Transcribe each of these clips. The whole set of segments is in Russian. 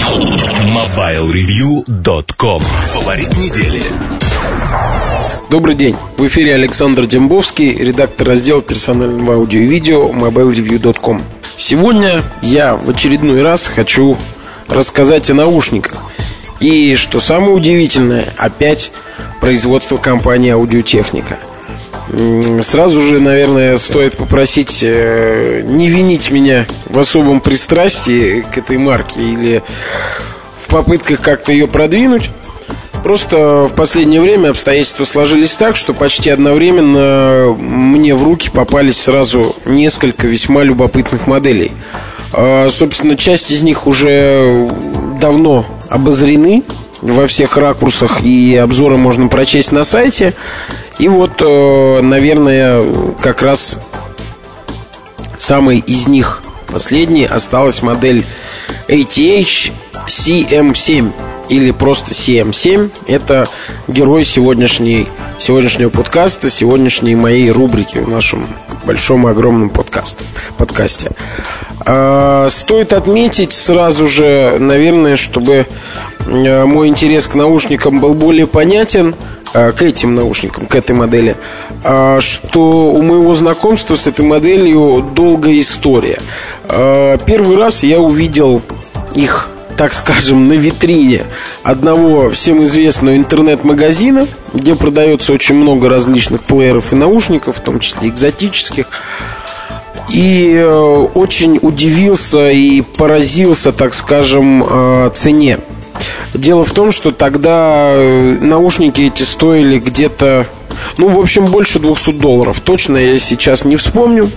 MobileReview.com. Фаворит недели. Добрый день. В эфире Александр Дембовский, редактор раздела персонального аудио и видео MobileReview.com. Сегодня я в очередной раз хочу рассказать о наушниках. И, что самое удивительное, опять производство компании Аудиотехника. Сразу же, наверное, стоит попросить не винить меня в особом пристрастии к этой марке или в попытках как-то ее продвинуть. Просто в последнее время обстоятельства сложились так, что почти одновременно мне в руки попались сразу несколько весьма любопытных моделей. Собственно, часть из них уже давно обозрены во всех ракурсах, и обзоры можно прочесть на сайте. И вот, наверное, как раз самой из них последней осталась модель ATH CM7 или просто CM7. Это герой сегодняшнего подкаста, сегодняшней моей рубрики в нашем большом и огромном подкасте. Стоит отметить сразу же, наверное, чтобы мой интерес к наушникам был более понятен, к этим наушникам, к этой модели, что у моего знакомства с этой моделью долгая история. Первый раз я увидел их, так скажем, на витрине одного всем известного интернет-магазина, где продается очень много различных плееров и наушников, в том числе экзотических. И очень удивился и поразился, так скажем, цене. Дело в том, что тогда наушники эти стоили где-то, в общем, больше $200. Точно я сейчас не вспомню.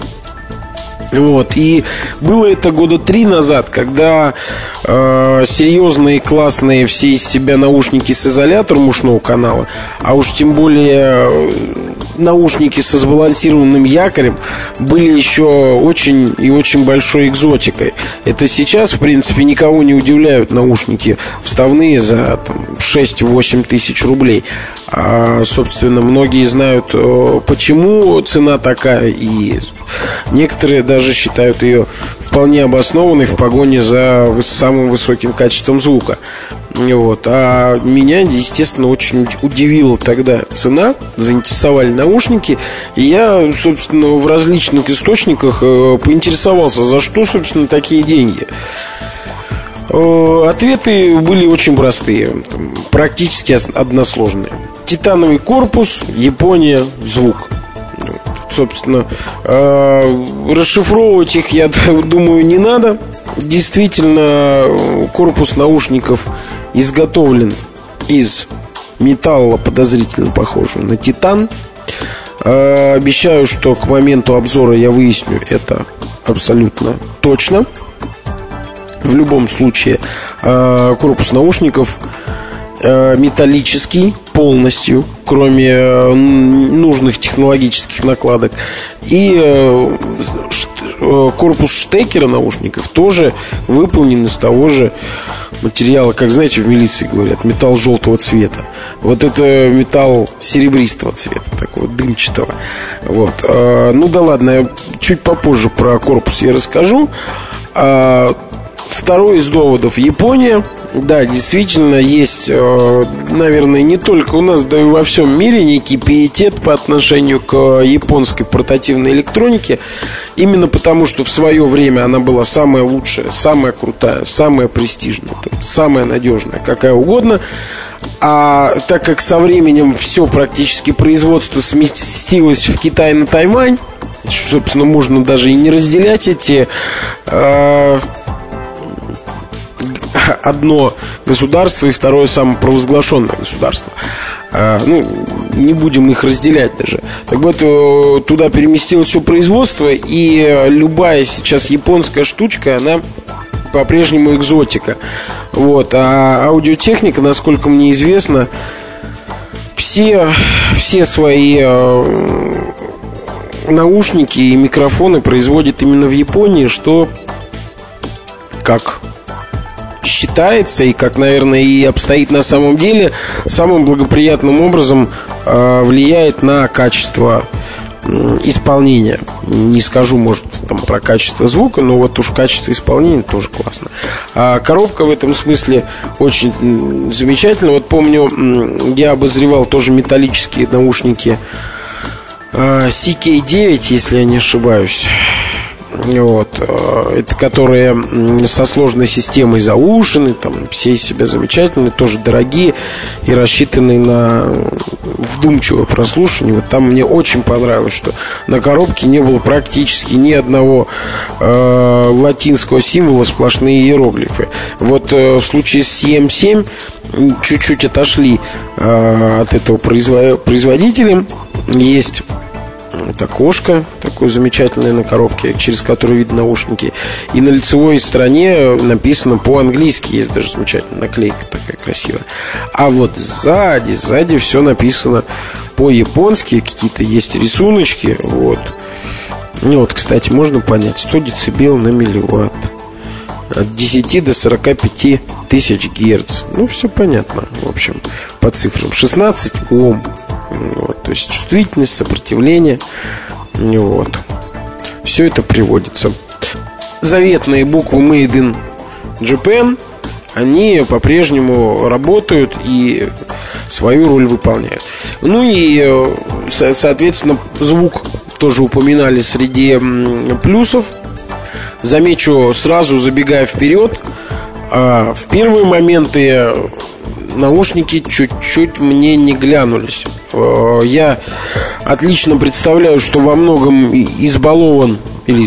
Вот. И было это года 3 назад, когда серьезные, классные, все из себя наушники с изолятором ушного канала, а уж тем более наушники со сбалансированным якорем, были еще очень и очень большой экзотикой. Это сейчас, в принципе, никого не удивляют наушники вставные за 6-8 тысяч рублей. Собственно, многие знают, почему цена такая, и некоторые даже считают ее вполне обоснованной в погоне за самым высоким качеством звука. Вот. А меня, естественно, очень удивила тогда цена, заинтересовали наушники. И я, собственно, в различных источниках поинтересовался, за что, собственно, такие деньги. Ответы были очень простые, практически односложные. Титановый корпус, Япония, звук. Собственно, расшифровывать их, я думаю, не надо. Действительно, корпус наушников изготовлен из металла, подозрительно похожего на титан. Обещаю, что к моменту обзора я выясню это абсолютно точно. В любом случае, корпус наушников металлический полностью, кроме нужных технологических накладок. И корпус штекера наушников тоже выполнен из того же материала, как, знаете, в милиции говорят, металл желтого цвета. Вот это металл серебристого цвета, такого дымчатого. Вот. Да ладно, я чуть попозже про корпус я расскажу. Второй из доводов — Япония. Да, действительно, есть, наверное, не только у нас, да и во всем мире некий пиетет по отношению к японской портативной электронике. Именно потому, что в свое время она была самая лучшая, самая крутая, самая престижная, самая надежная, какая угодно. А так как со временем все практически производство сместилось в Китай, на Тайвань, собственно, можно даже и не разделять эти одно государство и второе самопровозглашенное государство. Не будем их разделять даже. Так вот, туда переместилось все производство, и любая сейчас японская штучка, она по-прежнему экзотика. Вот. А Аудиотехника, насколько мне известно, все свои наушники и микрофоны производит именно в Японии, что, как считается и как, наверное, и обстоит на самом деле, самым благоприятным образом влияет на качество исполнения. Не скажу, может, там про качество звука, но вот уж качество исполнения тоже классно. А коробка в этом смысле очень замечательная. Вот помню, я обозревал тоже металлические наушники CK9, если я не ошибаюсь. Вот. Это которые со сложной системой заушены, там все из себя замечательные, тоже дорогие и рассчитанные на вдумчивое прослушивание. Вот там мне очень понравилось, что на коробке не было практически ни одного латинского символа, сплошные иероглифы. Вот в случае с CM7 чуть-чуть отошли от этого производителя. Есть вот окошко такое замечательное на коробке, через которое видно наушники. И на лицевой стороне написано по-английски. Есть даже замечательная наклейка такая красивая. А вот сзади все написано по-японски. Какие-то есть рисуночки. Вот. Ну вот, кстати, можно понять. 100 децибел на милливатт. От 10 до 45 тысяч герц. Ну, все понятно, в общем, по цифрам. 16 Ом. Вот, то есть чувствительность, сопротивление. Вот. Все это приводится. Заветные буквы Made in Japan, они по-прежнему работают и свою роль выполняют. Ну и, соответственно, звук тоже упоминали среди плюсов. Замечу сразу, забегая вперед, в первые моменты наушники чуть-чуть мне не глянулись. Я отлично представляю, что во многом избалован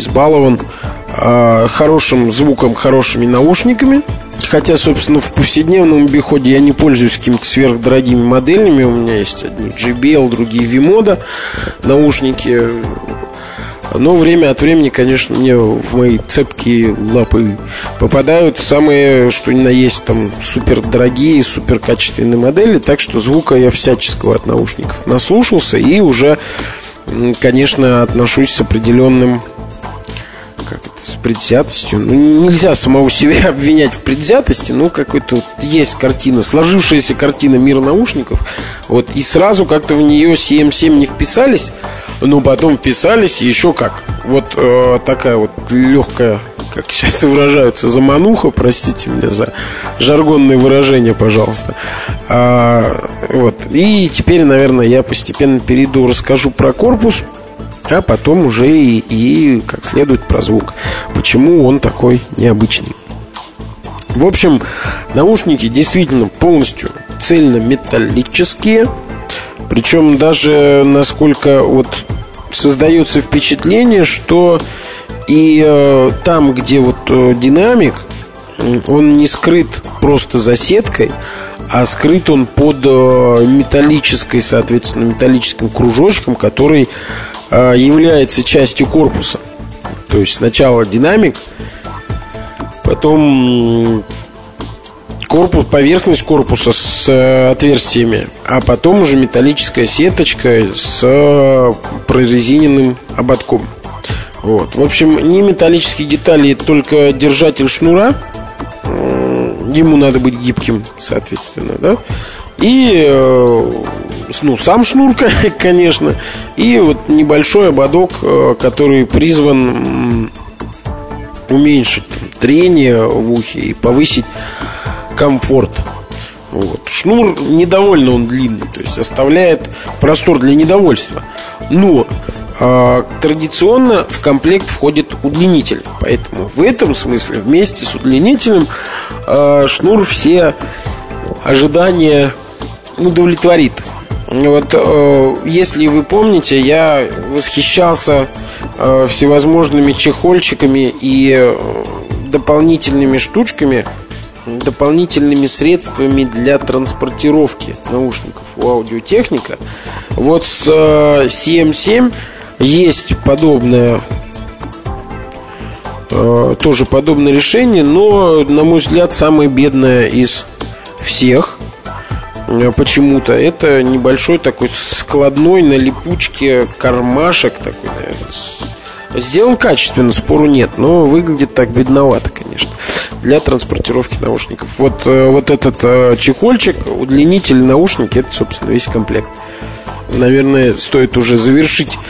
хорошим звуком, хорошими наушниками. Хотя, собственно, в повседневном обиходе я не пользуюсь какими-то сверхдорогими моделями. У меня есть одни JBL, другие V-Moda наушники. Но время от времени, конечно, мне в мои цепкие лапы попадают самые, что ни на есть, там, супер дорогие, супер качественные модели. Так что звука я всяческого от наушников наслушался. И уже, конечно, отношусь с определенным, с предвзятостью. Ну, нельзя самого себя обвинять в предвзятости, но какой-то вот есть картина, сложившаяся картина мира наушников. Вот, и сразу как-то в нее CM7 не вписались. Но потом вписались, и еще как. Вот такая вот легкая, как сейчас выражаются, замануха. Простите меня за жаргонные выражения, пожалуйста. Вот. И теперь, наверное, я постепенно перейду, расскажу про корпус, а потом уже и как следует про звук. Почему он такой необычный. В общем, наушники действительно полностью цельнометаллические. Причем даже насколько вот создается впечатление, что и там, где вот динамик, он не скрыт просто за сеткой, а скрыт он под металлической, соответственно, металлическим кружочком, который является частью корпуса. То есть сначала динамик, потом корпус, поверхность корпуса с отверстиями, а потом уже металлическая сеточка с прорезиненным ободком. Вот. В общем, не металлические детали, только держатель шнура. Ему надо быть гибким, соответственно, да? И сам шнур, конечно. И вот небольшой ободок, который призван уменьшить трение в ухе и повысить комфорт. Вот. Шнур недовольно он длинный, то есть оставляет простор для недовольства. Но традиционно в комплект входит удлинитель. Поэтому в этом смысле вместе с удлинителем шнур все ожидания удовлетворит. Вот, если вы помните, я восхищался всевозможными чехольчиками и дополнительными штучками, дополнительными средствами для транспортировки наушников у Аудиотехника. Вот с CM7 есть подобное, тоже подобное решение, но, на мой взгляд, самое бедное из всех. Почему-то это небольшой такой складной на липучке кармашек такой, наверное. Сделан качественно, спору нет, но выглядит так бедновато, конечно, для транспортировки наушников. Вот этот чехольчик, удлинитель наушники, это, собственно, весь комплект. Наверное, стоит уже завершить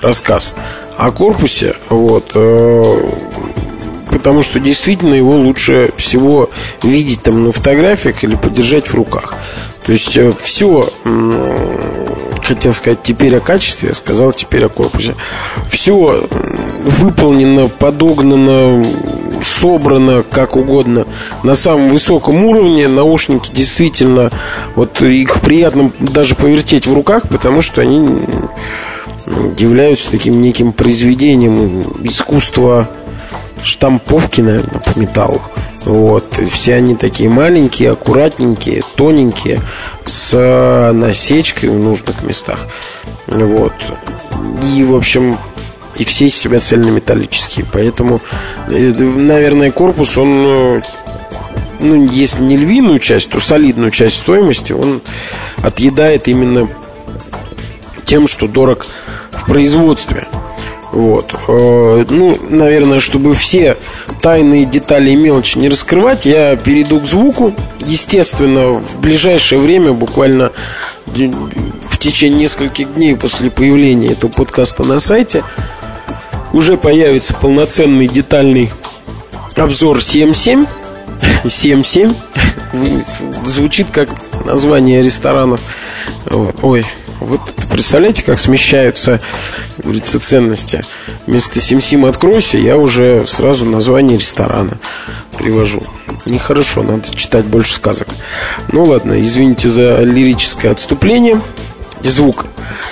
рассказ о корпусе, вот, потому что действительно его лучше всего видеть там на фотографиях или подержать в руках. То есть все, хотел сказать теперь о качестве, я сказал теперь о корпусе. Все выполнено, подогнано, собрано как угодно на самом высоком уровне. Наушники действительно, вот их приятно даже повертеть в руках, потому что они являются таким неким произведением искусства штамповки, наверное, по металлу. Вот. Все они такие маленькие, аккуратненькие, тоненькие, с насечкой в нужных местах. Вот. И, в общем, и все из себя цельнометаллические. Поэтому, наверное, корпус, он, ну, если не львиную часть, то солидную часть стоимости он отъедает именно тем, что дорог в производстве. Вот. Ну, наверное, чтобы все тайные детали и мелочи не раскрывать, я перейду к звуку. Естественно, в ближайшее время, буквально в течение нескольких дней после появления этого подкаста на сайте, уже появится полноценный детальный обзор CM7. CM7 звучит как название ресторанов. Ой, вот представляете, как смещаются, говорится, ценности. Вместо «Сим-Сим, откройся» я уже сразу название ресторана привожу. Нехорошо, надо читать больше сказок. Ну ладно, извините за лирическое отступление. Звук.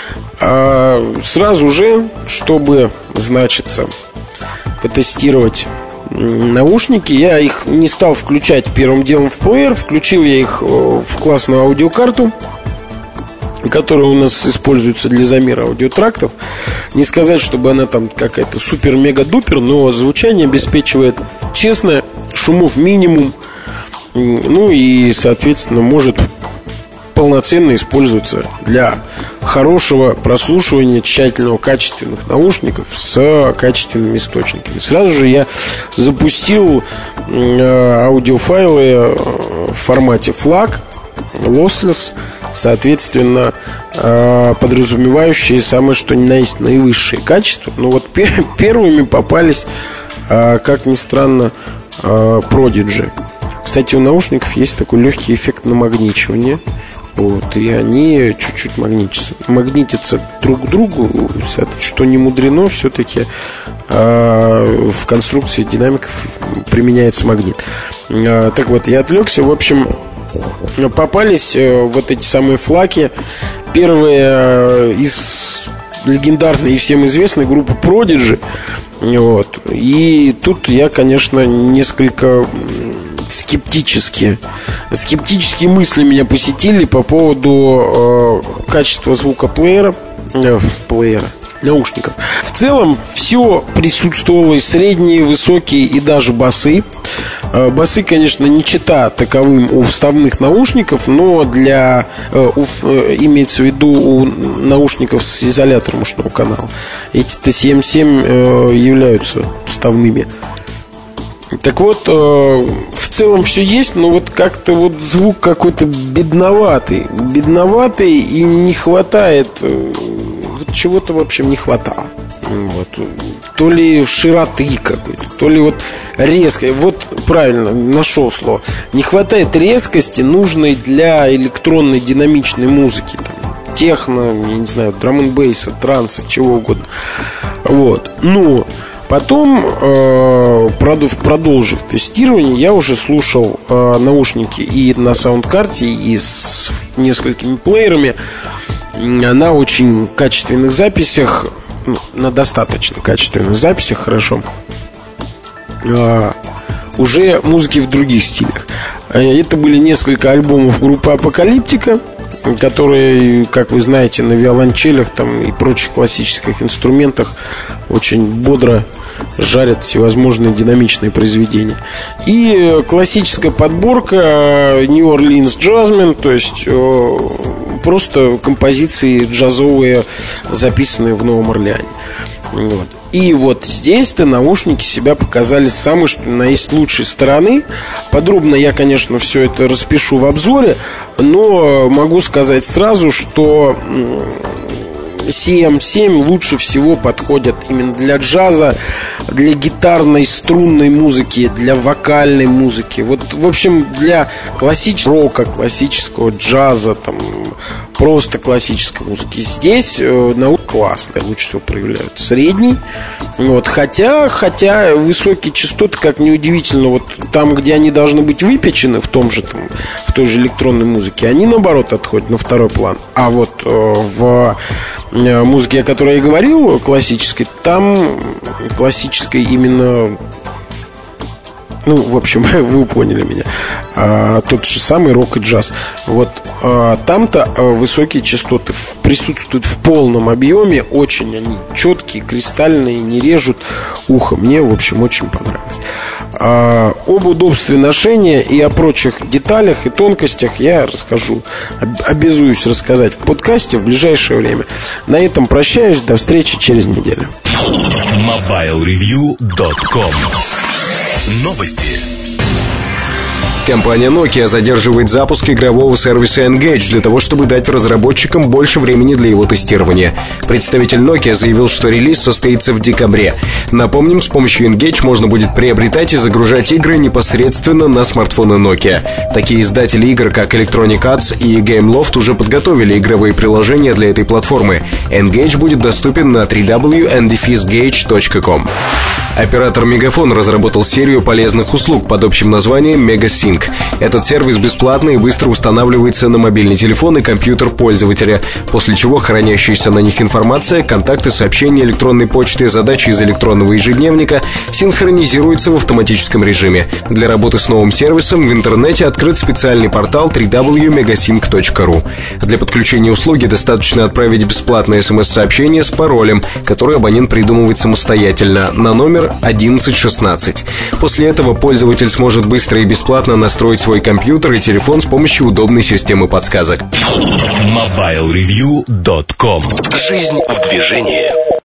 Сразу же, чтобы, значится, потестировать наушники, я их не стал включать первым делом в плеер. Включил я их в классную аудиокарту, которая у нас используется для замера аудиотрактов. Не сказать, чтобы она там какая-то супер-мега-дупер, но звучание обеспечивает честное, шумов минимум. Ну и, соответственно, может полноценно использоваться для хорошего прослушивания тщательного, качественных наушников с качественными источниками. Сразу же я запустил аудиофайлы в формате FLAC, lossless, соответственно, подразумевающие самое что ни на есть наивысшее качество. Но вот первыми попались, как ни странно, Prodigy. Кстати, у наушников есть такой легкий эффект намагничивания. Вот, и они чуть-чуть магнитятся друг к другу, что не мудрено, все-таки в конструкции динамиков применяется магнит. Так вот, я отвлекся. В общем, попались вот эти самые флаки. Первые из легендарной и всем известной группы Prodigy. Вот. И тут я, конечно, несколько скептические мысли меня посетили по поводу качества звука плеера, наушников. В целом все присутствовало: и средние, высокие, и даже басы. Басы, конечно, не чета таковым у вставных наушников, но имеется в виду у наушников с изолятором ушного канала. Эти-то CM7 являются вставными. Так вот, в целом все есть, но вот как-то вот звук какой-то бедноватый, и не хватает, вот чего-то, в общем, не хватало. Вот. То ли широты какой-то, то ли вот резкой. Вот правильно, нашел слово. Не хватает резкости, нужной для электронной динамичной музыки, там, техно, я не знаю, драм-н-бейса, транса, чего угодно. Вот. Но потом, продолжив тестирование, я уже слушал наушники и на саундкарте, и с несколькими плеерами на очень качественных записях, на достаточно качественных записях, хорошо, уже музыки в других стилях. Это были несколько альбомов группы Апокалиптика, которые, как вы знаете, на виолончелях там и прочих классических инструментах очень бодро жарят всевозможные динамичные произведения. И классическая подборка New Orleans Jazzmen, то есть просто композиции джазовые, записанные в Новом Орлеане. Вот. И вот здесь-то наушники себя показали с самой что ни на есть лучшей стороны. Подробно я, конечно, все это распишу в обзоре, но могу сказать сразу, что CM7 лучше всего подходят именно для джаза, для гитарной, струнной музыки, для вокальной музыки. Вот, в общем, для классического рока, классического джаза, там, просто классической музыки. Здесь наука классная, лучше всего проявляют. Средний. Вот. Хотя высокие частоты, как ни удивительно, вот там, где они должны быть выпечены, в той же электронной музыке, они, наоборот, отходят на второй план. А вот в музыке, о которой я говорил, классической, там классической именно... Ну, в общем, вы поняли меня. Тот же самый рок и джаз. Вот там-то высокие частоты присутствуют в полном объеме. Очень они четкие, кристальные, не режут ухо. Мне, в общем, очень понравилось. Об удобстве ношения и о прочих деталях и тонкостях я расскажу. Обязуюсь рассказать в подкасте в ближайшее время. На этом прощаюсь. До встречи через неделю. MobileReview.com. Новости. Компания Nokia задерживает запуск игрового сервиса N-Gage для того, чтобы дать разработчикам больше времени для его тестирования. Представитель Nokia заявил, что релиз состоится в декабре. Напомним, с помощью N-Gage можно будет приобретать и загружать игры непосредственно на смартфоны Nokia. Такие издатели игр, как Electronic Arts и Gameloft, уже подготовили игровые приложения для этой платформы. N-Gage будет доступен на www.n-gage.com. Оператор Мегафон разработал серию полезных услуг под общим названием MegaSync. Этот сервис бесплатный и быстро устанавливается на мобильный телефон и компьютер пользователя, после чего хранящаяся на них информация, контакты, сообщения электронной почты, задачи из электронного ежедневника синхронизируются в автоматическом режиме. Для работы с новым сервисом в интернете открыт специальный портал www.megasync.ru. Для подключения услуги достаточно отправить бесплатное смс-сообщение с паролем, который абонент придумывает самостоятельно, на номер 1116. После этого пользователь сможет быстро и бесплатно настроить свой компьютер и телефон с помощью удобной системы подсказок. MobileReview.com. Жизнь в движении.